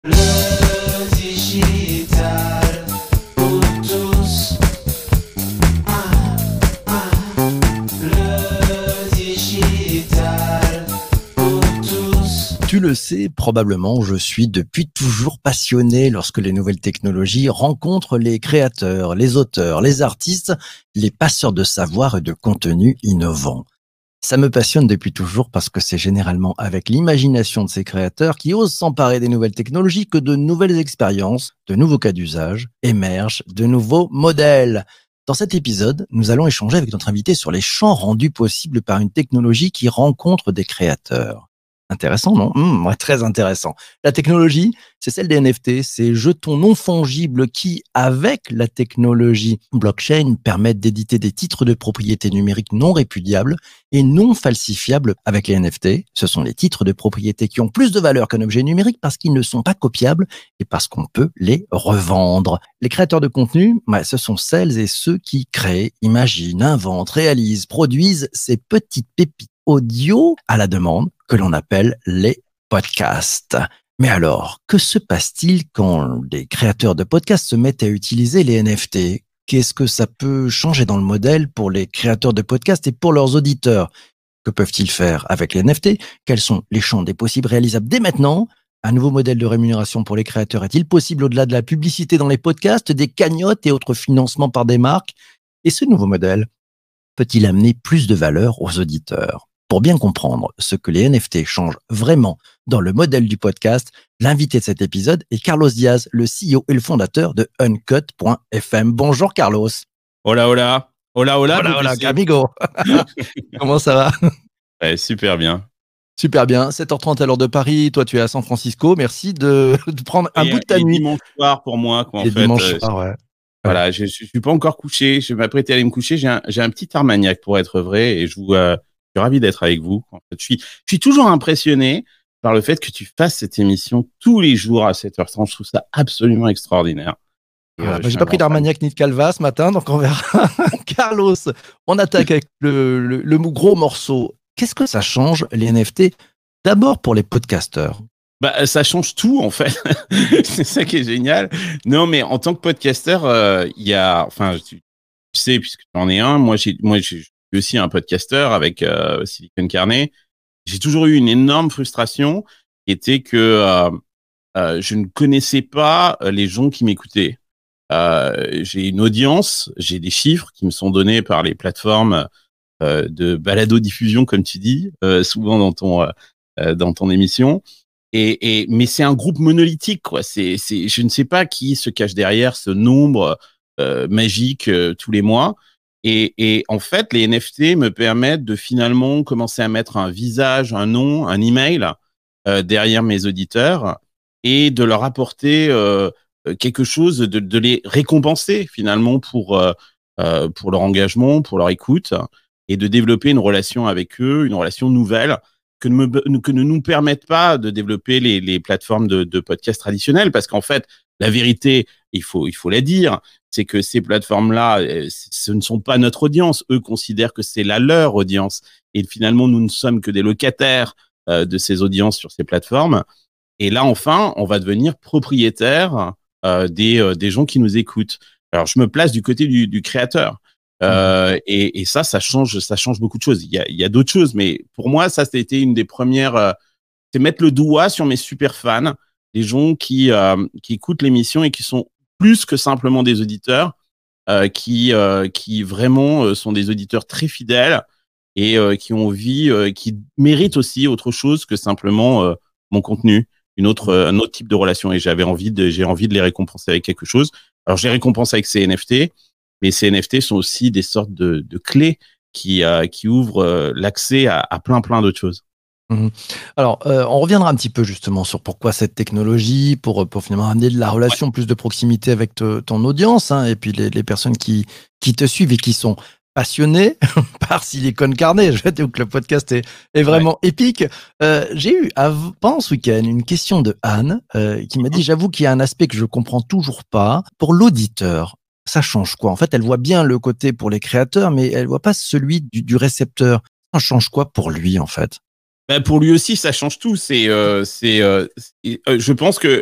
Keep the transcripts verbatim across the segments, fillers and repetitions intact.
Le digital pour tous. Ah, ah. Le digital pour tous. Tu le sais, probablement, je suis depuis toujours passionné lorsque les nouvelles technologies rencontrent les créateurs, les auteurs, les artistes, les passeurs de savoir et de contenus innovants. Ça me passionne depuis toujours parce que c'est généralement avec l'imagination de ces créateurs qui osent s'emparer des nouvelles technologies que de nouvelles expériences, de nouveaux cas d'usage émergent, de nouveaux modèles. Dans cet épisode, nous allons échanger avec notre invité sur les champs rendus possibles par une technologie qui rencontre des créateurs. Intéressant, non ? Mmh, ouais, très intéressant. La technologie, c'est celle des N F T, ces jetons non fongibles qui, avec la technologie blockchain, permettent d'éditer des titres de propriété numérique non répudiables et non falsifiables avec les N F T. Ce sont les titres de propriété qui ont plus de valeur qu'un objet numérique parce qu'ils ne sont pas copiables et parce qu'on peut les revendre. Les créateurs de contenu, bah, ce sont celles et ceux qui créent, imaginent, inventent, réalisent, produisent ces petites pépites audio à la demande que l'on appelle les podcasts. Mais alors, que se passe-t-il quand des créateurs de podcasts se mettent à utiliser les N F T ? Qu'est-ce que ça peut changer dans le modèle pour les créateurs de podcasts et pour leurs auditeurs ? Que peuvent-ils faire avec les N F T ? Quels sont les champs des possibles réalisables dès maintenant ? Un nouveau modèle de rémunération pour les créateurs est-il possible au-delà de la publicité dans les podcasts, des cagnottes et autres financements par des marques ? Et ce nouveau modèle peut-il amener plus de valeur aux auditeurs ? Pour bien comprendre ce que les N F T changent vraiment dans le modèle du podcast, l'invité de cet épisode est Carlos Diaz, le C E O et le fondateur de Uncut point F M. Bonjour Carlos. Hola, hola. Hola, hola. Hola, hola, amigo. Comment ça va ? Ouais, super bien. Super bien. sept heures trente à l'heure de Paris. Toi, tu es à San Francisco. Merci de, de prendre un et, bout de ta et nuit. Dimanche soir pour moi, quoi, en et fait. dimanche euh, soir, ouais. Voilà, je, je suis pas encore couché. Je vais m'apprêter à aller me coucher. J'ai un, j'ai un petit Armagnac pour être vrai, et je vous, euh, je suis ravi d'être avec vous. En fait, je suis, je suis toujours impressionné par le fait que tu fasses cette émission tous les jours à sept heures trente. Je trouve ça absolument extraordinaire. Et, Ah, euh, bah, je j'ai suis pas un pris grand fan. d'Armagnac ni de Calva ce matin, donc on verra. Carlos, on attaque avec le, le, le gros morceau. Qu'est-ce que ça change, les N F T ? D'abord pour les podcasteurs. Bah, ça change tout, en fait. C'est ça qui est génial. Non, mais en tant que podcasteur, euh, il y a, enfin, tu, tu sais, puisque tu en es un, moi, j'ai, moi, je suis aussi un podcasteur avec euh, Silicon Carnet. J'ai toujours eu une énorme frustration, qui était que euh, euh, je ne connaissais pas les gens qui m'écoutaient. Euh, j'ai une audience, j'ai des chiffres qui me sont donnés par les plateformes euh, de balado-diffusion, comme tu dis, euh, souvent dans ton euh, dans ton émission. Et, et mais c'est un groupe monolithique, quoi. C'est, c'est, je ne sais pas qui se cache derrière ce nombre euh, magique euh, tous les mois. Et, et en fait, les N F T me permettent de finalement commencer à mettre un visage, un nom, un email euh, derrière mes auditeurs et de leur apporter euh, quelque chose, de, de les récompenser finalement pour euh, euh, pour leur engagement, pour leur écoute et de développer une relation avec eux, une relation nouvelle que ne, me, que ne nous permettent pas de développer les, les plateformes de, de podcasts traditionnelles, parce qu'en fait, la vérité, il faut, il faut la dire, c'est que ces plateformes-là, ce ne sont pas notre audience. Eux considèrent que c'est la leur audience. Et finalement, nous ne sommes que des locataires euh, de ces audiences sur ces plateformes. Et là, enfin, on va devenir propriétaire euh, des, euh, des gens qui nous écoutent. Alors, je me place du côté du, du créateur. Euh, et, et ça, ça change, ça change beaucoup de choses. Il y a, il y a d'autres choses, mais pour moi, ça, c'était une des premières. Euh, c'est mettre le doigt sur mes super fans, les gens qui euh, qui écoutent l'émission et qui sont plus que simplement des auditeurs, euh, qui euh, qui vraiment euh, sont des auditeurs très fidèles et euh, qui ont envie, euh, qui méritent aussi autre chose que simplement euh, mon contenu, une autre, euh, un autre type de relation. Et j'avais envie de, j'ai envie de les récompenser avec quelque chose. Alors, je les récompense avec ces N F T. Mais ces N F T sont aussi des sortes de, de clés qui, euh, qui ouvrent euh, l'accès à, à plein, plein d'autres choses. Mmh. Alors, euh, on reviendra un petit peu justement sur pourquoi cette technologie, pour, pour finalement amener de la relation, ouais. plus de proximité avec te, ton audience, hein, et puis les, les personnes qui, qui te suivent et qui sont passionnées par Silicon Carnet. Je dis que le podcast est, est vraiment ouais. épique. Euh, j'ai eu avant, pendant ce week-end une question de Anne euh, qui m'a dit, j'avoue qu'il y a un aspect que je comprends toujours pas. Pour l'auditeur, ça change quoi ? En fait, elle voit bien le côté pour les créateurs, mais elle voit pas celui du, du récepteur. Ça change quoi pour lui, en fait ? Ben pour lui aussi, ça change tout. C'est, euh, c'est, euh, c'est euh, je pense que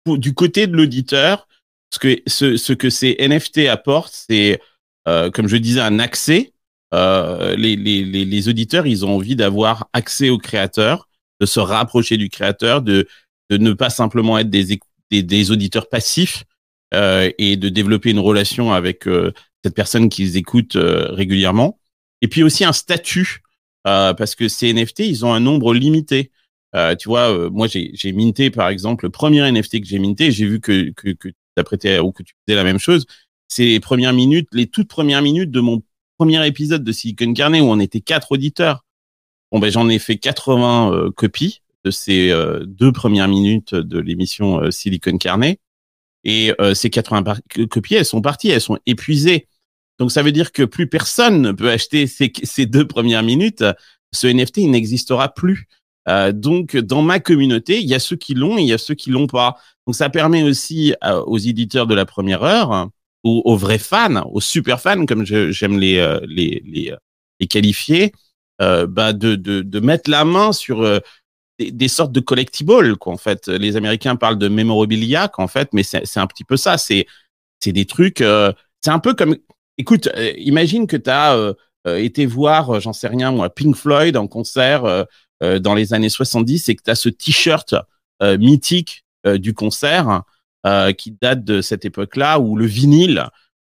pour, du côté de l'auditeur, ce que ce, ce que ces N F T apportent, c'est euh, comme je disais un accès. Euh, les, les les les auditeurs, ils ont envie d'avoir accès au créateur, de se rapprocher du créateur, de de ne pas simplement être des des, des auditeurs passifs euh, et de développer une relation avec euh, cette personne qu'ils écoutent euh, régulièrement. Et puis aussi un statut, euh, parce que ces N F T, ils ont un nombre limité. Euh, tu vois, euh, moi j'ai j'ai minté par exemple le premier N F T que j'ai minté, j'ai vu que que que tu t'apprêtais ou que tu faisais la même chose. C'est les premières minutes, les toutes premières minutes de mon premier épisode de Silicon Carnet où on était quatre auditeurs. Bon ben j'en ai fait quatre-vingts euh, copies de ces euh, deux premières minutes de l'émission euh, Silicon Carnet et euh, ces quatre-vingts par- copies, elles sont parties, elles sont épuisées. Donc ça veut dire que plus personne ne peut acheter ces, ces deux premières minutes. Ce N F T, il n'existera plus. Euh, donc dans ma communauté, il y a ceux qui l'ont et il y a ceux qui l'ont pas. Donc ça permet aussi euh, aux éditeurs de la première heure, aux, aux vrais fans, aux super fans comme je, j'aime les, euh, les les les qualifier, euh, bah de de de mettre la main sur euh, des, des sortes de collectibles quoi. En fait, les Américains parlent de memorabilia qu'en fait, mais c'est c'est un petit peu ça. C'est c'est des trucs. Euh, c'est un peu comme écoute, euh, imagine que tu as euh, euh, été voir, euh, j'en sais rien moi, Pink Floyd en concert euh, euh, dans les années soixante-dix et que tu as ce t-shirt euh, mythique euh, du concert euh, qui date de cette époque-là ou le vinyle.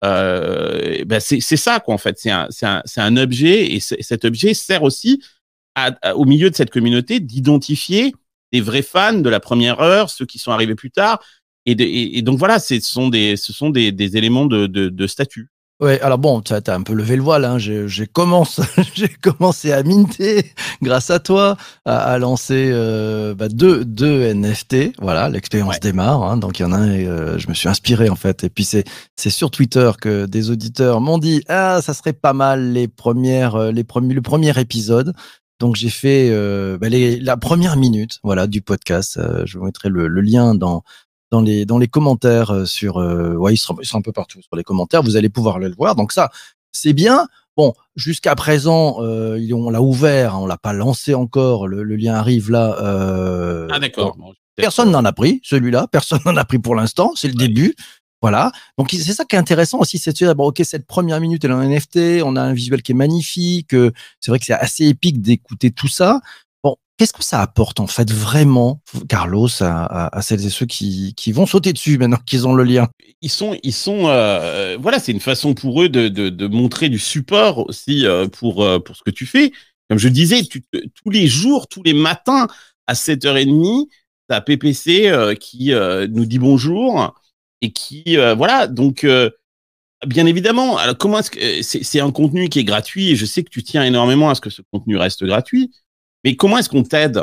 Euh, ben c'est c'est ça quoi en fait. C'est un c'est un c'est un objet et cet objet sert aussi à, à, au milieu de cette communauté d'identifier des vrais fans de la première heure, ceux qui sont arrivés plus tard. Et, de, et, et donc voilà, ce sont des ce sont des, des éléments de, de, de statut. Ouais, alors bon, tu as un peu levé le voile, hein. J'ai, j'ai, commencé, j'ai commencé à minter grâce à toi, à, à lancer euh, bah, deux, deux N F T. Voilà, l'expérience Ouais. démarre. Hein, donc il y en a un, et, euh, je me suis inspiré en fait. Et puis c'est, c'est sur Twitter que des auditeurs m'ont dit ah ça serait pas mal les premières, les premiers, le premier épisode. Donc j'ai fait euh, bah, les, la première minute, voilà, du podcast. Euh, je vous mettrai le, le lien dans dans les dans les commentaires sur euh, ouais ils sont, ils sont un peu partout sur les commentaires, vous allez pouvoir le voir, donc ça c'est bien. Bon, jusqu'à présent euh, on l'a ouvert, on l'a pas lancé encore, le, le lien arrive là. Euh, Ah d'accord. bon, Bon, personne n'en a pris, celui-là, personne n'en a pris pour l'instant, c'est le ouais. début. Voilà, donc c'est ça qui est intéressant aussi, c'est de se dire bon ok cette première minute elle est en N F T, on a un visuel qui est magnifique, euh, c'est vrai que c'est assez épique d'écouter tout ça. Bon, qu'est-ce que ça apporte en fait vraiment, Carlos, à, à, à celles et ceux qui, qui vont sauter dessus maintenant qu'ils ont le lien? Ils sont, ils sont, euh, voilà, c'est une façon pour eux de, de, de montrer du support aussi euh, pour euh, pour ce que tu fais. Comme je disais, tu, tous les jours, tous les matins à sept heures trente, t'as P P C euh, qui euh, nous dit bonjour et qui, euh, voilà, donc. Euh, Bien évidemment. Alors, comment est-ce que c'est, c'est un contenu qui est gratuit et je sais que tu tiens énormément à ce que ce contenu reste gratuit. Mais comment est-ce qu'on t'aide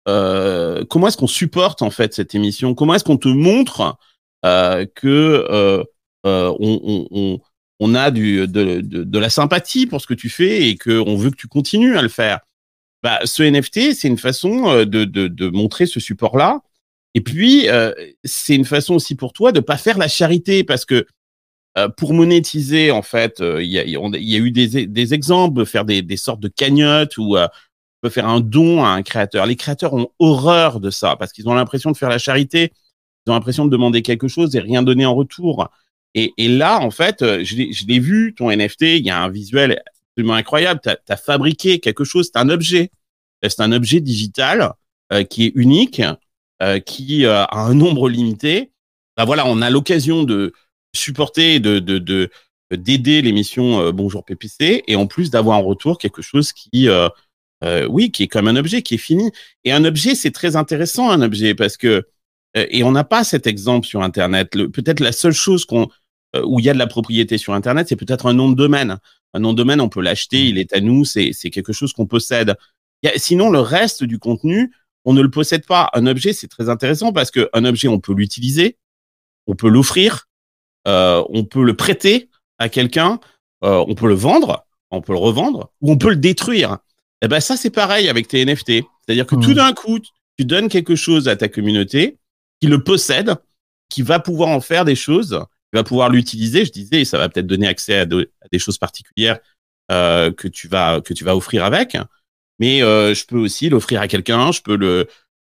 euh, Comment est-ce qu'on supporte en fait cette émission? Comment est-ce qu'on te montre euh, que euh, euh, on, on, on, on a du de, de, de la sympathie pour ce que tu fais et que on veut que tu continues à le faire? Bah, ce N F T, c'est une façon de, de, de montrer ce support-là. Et puis, euh, c'est une façon aussi pour toi de pas faire la charité parce que euh, pour monétiser, en fait, il euh, y, a, y a eu des, des exemples de faire des, des sortes de cagnottes où euh, on peut faire un don à un créateur. Les créateurs ont horreur de ça parce qu'ils ont l'impression de faire la charité, ils ont l'impression de demander quelque chose et rien donner en retour. Et, et là, en fait, je l'ai, je l'ai vu, ton N F T, il y a un visuel absolument incroyable. Tu as fabriqué quelque chose, c'est un objet. C'est un objet digital euh, qui est unique, euh, qui euh, a un nombre limité. Ben voilà, on a l'occasion de supporter, de, de, de, d'aider l'émission euh, Bonjour P P C et en plus d'avoir en retour quelque chose qui, euh, euh, oui, qui est comme un objet, qui est fini. Et un objet, c'est très intéressant, un objet, parce que, euh, et on n'a pas cet exemple sur Internet. Le, peut-être la seule chose qu'on, euh, où il y a de la propriété sur Internet, c'est peut-être un nom de domaine. Un nom de domaine, on peut l'acheter, il est à nous, c'est, c'est quelque chose qu'on possède. Il y a, sinon, le reste du contenu, on ne le possède pas. Un objet, c'est très intéressant parce qu'un objet, on peut l'utiliser, on peut l'offrir, Euh, on peut le prêter à quelqu'un, euh, on peut le vendre, on peut le revendre, ou on peut le détruire. Et ben ça, c'est pareil avec tes N F T. C'est-à-dire que mmh. tout d'un coup, tu donnes quelque chose à ta communauté qui le possède, qui va pouvoir en faire des choses, qui va pouvoir l'utiliser. Je disais, et ça va peut-être donner accès à, de, à des choses particulières euh, que tu vas que tu vas offrir avec. Mais euh, je peux aussi l'offrir à quelqu'un, je peux le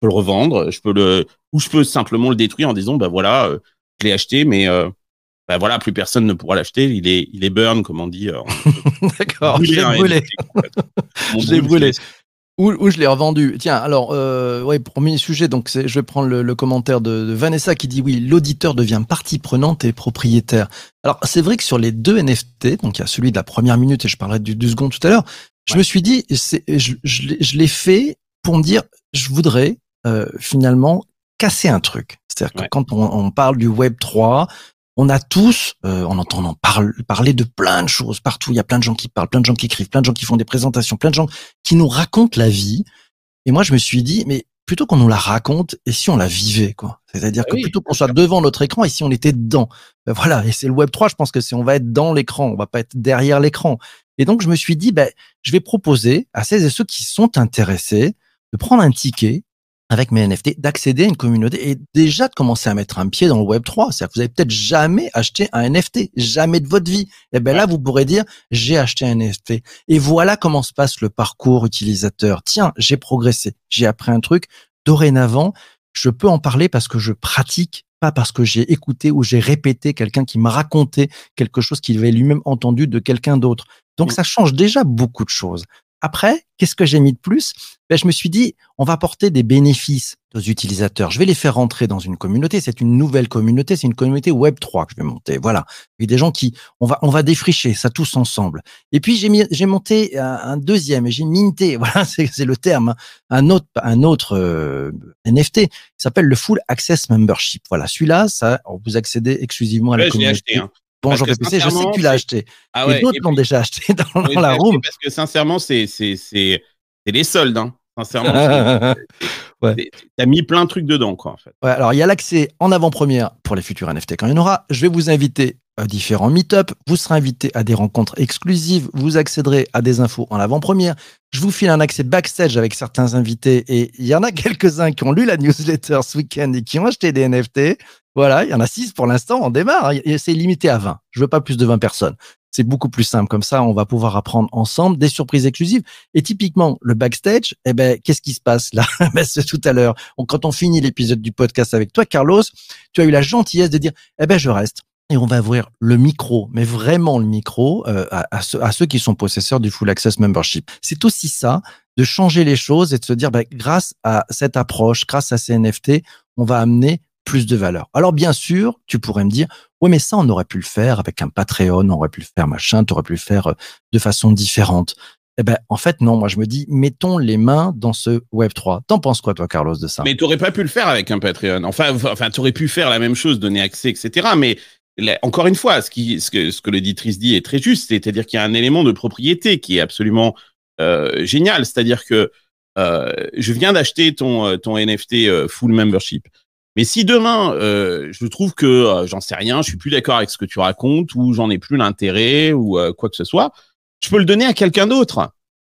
peux le revendre, je peux le, ou je peux simplement le détruire en disant, bah voilà, euh, je l'ai acheté, mais euh, bah voilà, plus personne ne pourra l'acheter. Il est, il est burn, comme on dit. Euh, D'accord, je brûler l'ai un brûlé. N F T, en fait. On Je l'ai brûle, brûlé. c'est- Où, où je l'ai revendu. Tiens, alors, euh, ouais, premier sujet, donc c'est, je vais prendre le, le commentaire de, de Vanessa qui dit oui, l'auditeur devient partie prenante et propriétaire. Alors, c'est vrai que sur les deux N F T, donc il y a celui de la première minute et je parlerai du, du second tout à l'heure, je Ouais. me suis dit, c'est, je, je, l'ai- je l'ai fait pour me dire, je voudrais euh, finalement casser un truc. C'est-à-dire que Ouais. quand on, on parle du Web trois, on a tous, euh, en entendant parle, parler de plein de choses partout. Il y a plein de gens qui parlent, plein de gens qui écrivent, plein de gens qui font des présentations, plein de gens qui nous racontent la vie. Et moi, je me suis dit, mais plutôt qu'on nous la raconte, et si on la vivait, quoi. C'est-à-dire Bah que oui, plutôt qu'on bien soit sûr. devant notre écran, et si on était dedans. Ben voilà. Et c'est le Web trois, je pense que c'est, on va être dans l'écran, on va pas être derrière l'écran. Et donc, je me suis dit, ben, je vais proposer à celles et ceux qui sont intéressés de prendre un ticket avec mes N F T, d'accéder à une communauté et déjà de commencer à mettre un pied dans le Web trois. C'est-à-dire que vous avez peut-être jamais acheté un N F T, jamais de votre vie. Et ben Ouais. là, vous pourrez dire, j'ai acheté un N F T. Et voilà comment se passe le parcours utilisateur. Tiens, j'ai progressé, j'ai appris un truc. Dorénavant, je peux en parler parce que je pratique, pas parce que j'ai écouté ou j'ai répété quelqu'un qui m'a raconté quelque chose qu'il avait lui-même entendu de quelqu'un d'autre. Donc, Mm. ça change déjà beaucoup de choses. Après, qu'est-ce que j'ai mis de plus? Ben, je me suis dit, on va apporter des bénéfices aux utilisateurs. Je vais les faire rentrer dans une communauté. C'est une nouvelle communauté. C'est une communauté Web trois que je vais monter. Voilà. Avec des gens qui, on va, on va défricher ça tous ensemble. Et puis, j'ai mis, j'ai monté un, un deuxième, j'ai minté. Voilà, c'est, c'est le terme. hein, Un autre, un autre euh, N F T qui s'appelle le Full Access Membership. Voilà. Celui-là, ça, vous accédez exclusivement à la Ouais, je l'ai communauté. acheté, hein. Parce Bonjour que P P C, je sais que sincèrement, tu l'as c'est- acheté. Ah Et ouais, d'autres et l'ont puis, déjà acheté dans, ouais, dans je la l'ai acheté room. parce que sincèrement, c'est, c'est, c'est, c'est les soldes, hein. Sincèrement, c'est, c'est- Ouais. c'est- t'as mis plein de trucs dedans, quoi, en fait. Ouais, alors il y a l'accès en avant-première pour les futurs N F T quand il y en aura. Je vais vous inviter à différents meet-up. Vous serez invité à des rencontres exclusives. Vous accéderez à des infos en avant-première. Je vous file un accès backstage avec certains invités et il y en a quelques-uns qui ont lu la newsletter ce week-end et qui ont acheté des N F T. Voilà, il y en a six pour l'instant. On démarre. Et c'est limité à vingt. Je veux pas plus de vingt personnes. C'est beaucoup plus simple. Comme ça, on va pouvoir apprendre ensemble des surprises exclusives. Et typiquement, le backstage, eh ben, qu'est-ce qui se passe là? Ben, c'est tout à l'heure. On- Quand on finit l'épisode du podcast avec toi, Carlos, tu as eu la gentillesse de dire, eh ben, je reste. Et on va ouvrir le micro, mais vraiment le micro, euh, à, à, ceux, à ceux qui sont possesseurs du Full Access Membership. C'est aussi ça, de changer les choses et de se dire, ben, grâce à cette approche, grâce à ces N F T, on va amener plus de valeur. Alors, bien sûr, tu pourrais me dire, ouais, mais ça, on aurait pu le faire avec un Patreon, on aurait pu le faire machin, tu aurais pu le faire euh, de façon différente. Eh ben, en fait, non, moi, je me dis, mettons les mains dans ce Web trois. T'en penses quoi, toi, Carlos, de ça? Mais t'aurais pas pu le faire avec un Patreon. Enfin, enfin, t'aurais pu faire la même chose, donner accès, et cetera. Mais là, encore une fois, ce, qui, ce que, ce que l'auditrice dit est très juste, c'est-à-dire qu'il y a un élément de propriété qui est absolument euh, génial. C'est-à-dire que euh, je viens d'acheter ton, ton N F T euh, full membership. Mais si demain, euh, je trouve que euh, j'en sais rien, je suis plus d'accord avec ce que tu racontes, ou j'en ai plus l'intérêt, ou euh, quoi que ce soit, je peux le donner à quelqu'un d'autre.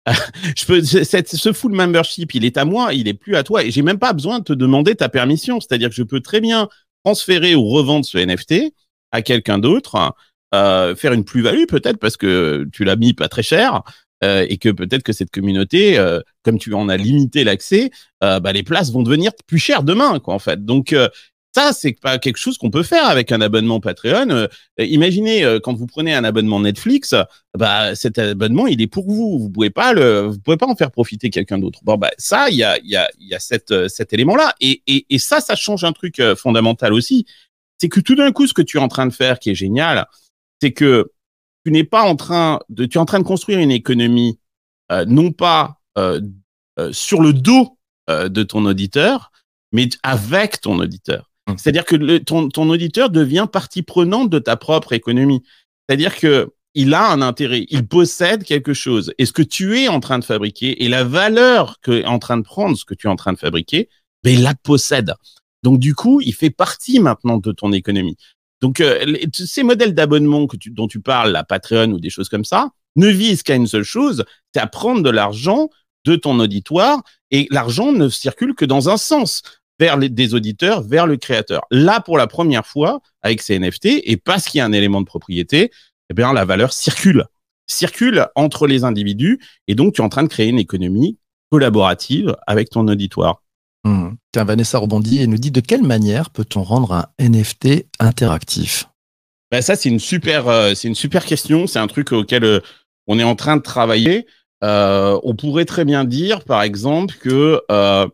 Je peux, cette, ce full membership, il est à moi, il est plus à toi, et j'ai même pas besoin de te demander ta permission. C'est-à-dire que je peux très bien transférer ou revendre ce N F T à quelqu'un d'autre, euh, faire une plus-value peut-être parce que tu l'as mis pas très cher. Euh, et que peut-être que cette communauté, euh, comme tu en as limité l'accès, euh, bah, les places vont devenir plus chères demain, quoi, en fait. Donc euh, ça, c'est pas quelque chose qu'on peut faire avec un abonnement Patreon. Euh, imaginez euh, quand vous prenez un abonnement Netflix, bah cet abonnement, il est pour vous. Vous pouvez pas le, vous pouvez pas en faire profiter quelqu'un d'autre. Bon, bah ça, il y a, il y a, il y a cette, cet élément-là. Et, et, et ça, ça change un truc euh, fondamental aussi. C'est que tout d'un coup, ce que tu es en train de faire, qui est génial, c'est que tu n'es pas en train de, tu es en train de construire une économie, euh, non pas euh, euh, sur le dos euh, de ton auditeur, mais avec ton auditeur. Mmh. C'est-à-dire que le, ton, ton auditeur devient partie prenante de ta propre économie. C'est-à-dire que il a un intérêt, il possède quelque chose. Et ce que tu es en train de fabriquer et la valeur que est en train de prendre ce que tu es en train de fabriquer, ben il la possède. Donc du coup, il fait partie maintenant de ton économie. Donc, euh, les, ces modèles d'abonnement que tu, dont tu parles, la Patreon ou des choses comme ça, ne visent qu'à une seule chose, c'est à prendre de l'argent de ton auditoire et l'argent ne circule que dans un sens, vers les, des auditeurs, vers le créateur. Là, pour la première fois, avec ces N F T, et parce qu'il y a un élément de propriété, eh bien, la valeur circule, circule entre les individus et donc tu es en train de créer une économie collaborative avec ton auditoire. Hmm. Tiens, Vanessa rebondit et nous dit de quelle manière peut-on rendre un N F T interactif? Ben ça, c'est une super, euh, c'est une super question. C'est un truc auquel euh, on est en train de travailler. Euh, on pourrait très bien dire, par exemple, que euh,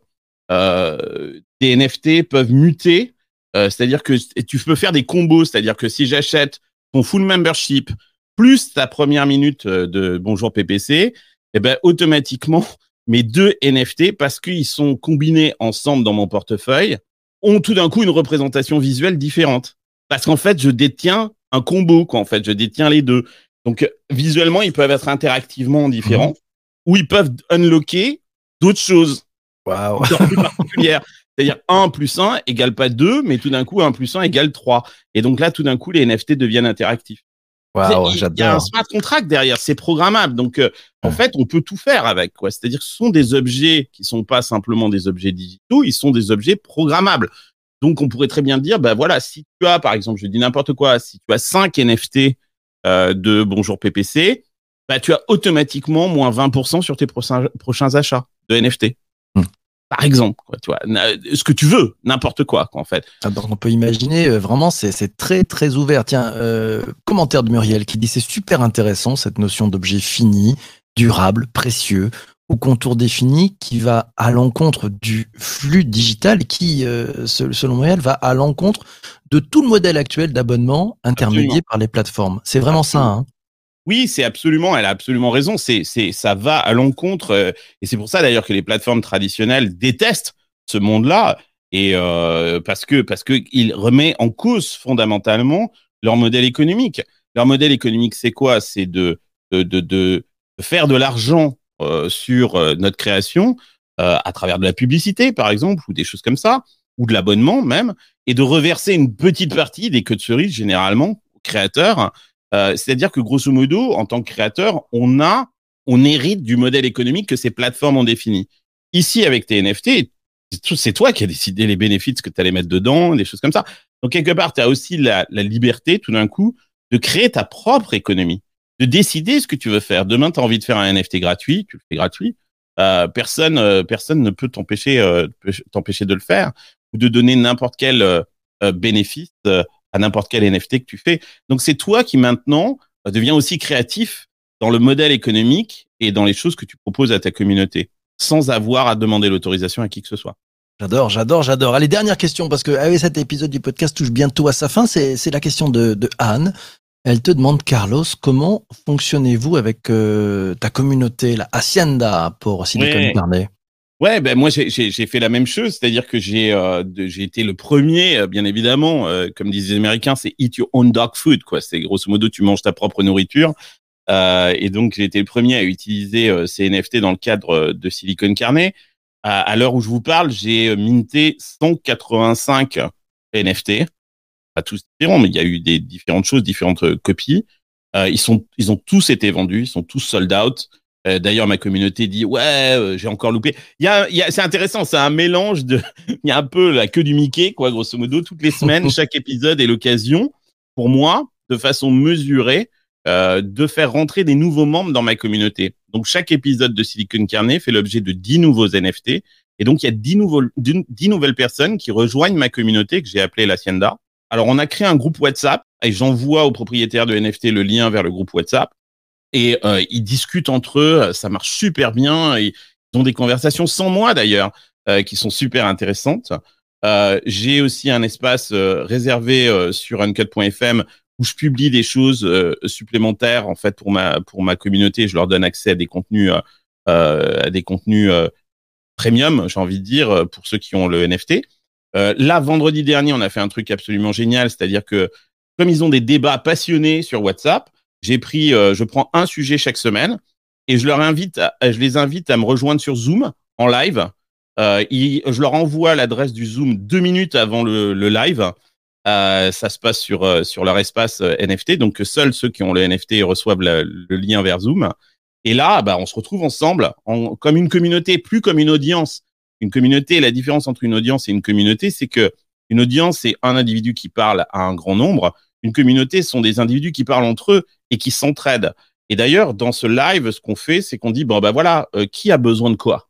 euh, des N F T peuvent muter. Euh, c'est-à-dire que tu peux faire des combos. C'est-à-dire que si j'achète ton full membership plus ta première minute de Bonjour P P C, eh ben automatiquement mes deux N F T, parce qu'ils sont combinés ensemble dans mon portefeuille, ont tout d'un coup une représentation visuelle différente. Parce qu'en fait, je détiens un combo, quoi. En fait, je détiens les deux. Donc, visuellement, ils peuvent être interactivement différents, Mhm. ou ils peuvent unlocker d'autres choses Waouh. encore plus particulières. C'est-à-dire un plus un égale pas deux, mais tout d'un coup, un plus un égale trois. Et donc là, tout d'un coup, les N F T deviennent interactifs. Waouh, Il y a un j'adore. smart contract derrière, c'est programmable. Donc, euh, en Ouais. fait, on peut tout faire avec, quoi. C'est-à-dire que ce sont des objets qui sont pas simplement des objets digitaux, ils sont des objets programmables. Donc, on pourrait très bien dire, bah voilà, si tu as, par exemple, je dis n'importe quoi, si tu as cinq N F T euh, de Bonjour P P C, bah tu as automatiquement moins vingt pour cent sur tes prochains, prochains achats de N F T. Hmm. Par exemple, quoi, tu vois, ce que tu veux, n'importe quoi, quoi, en fait. Ah, donc on peut imaginer, euh, vraiment, c'est c'est très très ouvert. Tiens, euh, commentaire de Muriel qui dit c'est super intéressant cette notion d'objet fini, durable, précieux, au contour défini, qui va à l'encontre du flux digital, et qui, euh, se- selon Muriel, va à l'encontre de tout le modèle actuel d'abonnement Absolument. intermédié par les plateformes. C'est vraiment ça, Absolument. hein. Oui, c'est absolument, elle a absolument raison. C'est, c'est, ça va à l'encontre, euh, et c'est pour ça d'ailleurs que les plateformes traditionnelles détestent ce monde-là, et euh, parce que parce que il remet en cause fondamentalement leur modèle économique. Leur modèle économique, c'est quoi? C'est de de de, de faire de l'argent euh, sur euh, notre création euh, à travers de la publicité, par exemple, ou des choses comme ça, ou de l'abonnement même, et de reverser une petite partie des queues de cerise généralement aux créateurs. Euh, c'est-à-dire que grosso modo, en tant que créateur, on a, on hérite du modèle économique que ces plateformes ont défini. Ici, avec tes N F T, c'est toi qui as décidé les bénéfices que tu allais mettre dedans, des choses comme ça. Donc, quelque part, tu as aussi la, la liberté, tout d'un coup, de créer ta propre économie, de décider ce que tu veux faire. Demain, tu as envie de faire un N F T gratuit, tu le fais gratuit. Euh, personne, euh, personne ne peut t'empêcher, euh, t'empêcher de le faire ou de donner n'importe quel euh, bénéfice euh, à n'importe quel N F T que tu fais. Donc, c'est toi qui maintenant euh, deviens aussi créatif dans le modèle économique et dans les choses que tu proposes à ta communauté, sans avoir à demander l'autorisation à qui que ce soit. J'adore, j'adore, j'adore. Allez, dernière question, parce que ah oui, cet épisode du podcast touche bientôt à sa fin. C'est c'est la question de, de Anne. Elle te demande, Carlos, comment fonctionnez-vous avec euh, ta communauté, la Hacienda pour Silicon Ouais. Valley? Ouais, ben moi j'ai j'ai j'ai fait la même chose, c'est-à-dire que j'ai euh, de- j'ai été le premier, euh, bien évidemment, euh, comme disent les Américains, c'est eat your own dog food, quoi. C'est grosso modo tu manges ta propre nourriture. Euh, et donc j'ai été le premier à utiliser euh, ces N F T dans le cadre euh, de Silicon Carnet. À, à l'heure où je vous parle, j'ai euh, minté cent quatre-vingt-cinq N F T, pas tous différents, mais il y a eu des différentes choses, différentes euh, copies. Euh, ils sont, ils ont tous été vendus, ils sont tous sold out. Euh, D'ailleurs, ma communauté dit ouais, euh, j'ai encore loupé. Il y a, il y a, c'est intéressant, c'est un mélange de, il y a un peu la queue du Mickey, quoi, grosso modo. Toutes les semaines, chaque épisode est l'occasion pour moi, de façon mesurée, euh, de faire rentrer des nouveaux membres dans ma communauté. Donc, chaque épisode de Silicon Carnet fait l'objet de dix nouveaux N F T. Et donc, il y a dix, nouveaux, dix nouvelles personnes qui rejoignent ma communauté que j'ai appelée l'Hacienda. Alors, on a créé un groupe WhatsApp et j'envoie aux propriétaires de N F T le lien vers le groupe WhatsApp. Et euh, ils discutent entre eux, ça marche super bien. Ils ont des conversations sans moi d'ailleurs, euh, qui sont super intéressantes. Euh, j'ai aussi un espace euh, réservé euh, sur uncut point f m où je publie des choses euh, supplémentaires en fait pour ma pour ma communauté. Je leur donne accès à des contenus euh, à des contenus euh, premium, j'ai envie de dire, pour ceux qui ont le N F T. Euh, là, vendredi dernier, on a fait un truc absolument génial, c'est-à-dire que comme ils ont des débats passionnés sur WhatsApp, j'ai pris, euh, je prends un sujet chaque semaine et je leur invite, à, je les invite à me rejoindre sur Zoom en live. Euh, ils, je leur envoie l'adresse du Zoom deux minutes avant le, le live. Euh, ça se passe sur euh, sur leur espace euh, N F T, donc seuls ceux qui ont le N F T reçoivent la, le lien vers Zoom. Et là, bah, on se retrouve ensemble en, comme une communauté, plus comme une audience. Une communauté, la différence entre une audience et une communauté, c'est que une audience, c'est un individu qui parle à un grand nombre. Une communauté, ce sont des individus qui parlent entre eux et qui s'entraident. Et d'ailleurs, dans ce live, ce qu'on fait, c'est qu'on dit, bon, bah voilà, euh, qui a besoin de quoi?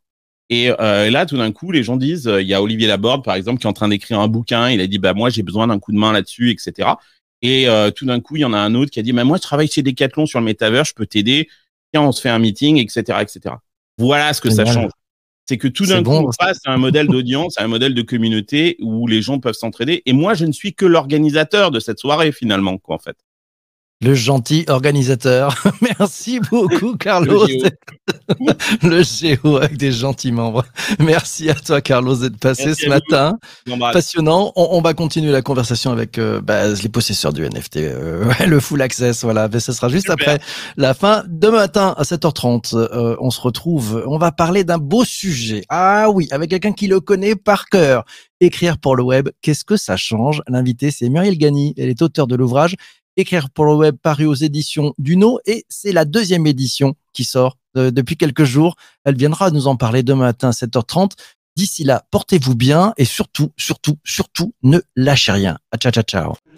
Et euh, là, tout d'un coup, les gens disent, il y a Olivier Laborde, par exemple, qui est en train d'écrire un bouquin. Il a dit, bah moi, j'ai besoin d'un coup de main là-dessus, et cetera. Et euh, tout d'un coup, il y en a un autre qui a dit, bah moi, je travaille chez Decathlon sur le métavers, je peux t'aider. Tiens, on se fait un meeting, et cetera, et cetera. Voilà ce que ça change. C'est que tout d'un coup, on passe à un modèle d'audience, à un modèle de communauté où les gens peuvent s'entraider. Et moi, je ne suis que l'organisateur de cette soirée, finalement, quoi, en fait. Le gentil organisateur. Merci beaucoup, Carlos. Le Géo avec des gentils membres. Merci à toi, Carlos, d'être passé Merci ce matin. Passionnant. On, on va continuer la conversation avec euh, bah, les possesseurs du N F T. Euh, le full access, voilà. Mais ce sera juste Super. Après la fin. Demain matin à sept heures trente, euh, on se retrouve. On va parler d'un beau sujet. Ah oui, avec quelqu'un qui le connaît par cœur. Écrire pour le web, qu'est-ce que ça change? L'invité, c'est Muriel Gagny. Elle est auteure de l'ouvrage Écrire pour le web, paru aux éditions Duno, et c'est la deuxième édition qui sort euh, depuis quelques jours. Elle viendra nous en parler demain matin à sept heures trente. D'ici là, portez-vous bien et surtout, surtout, surtout, ne lâchez rien. Ciao, ciao, ciao.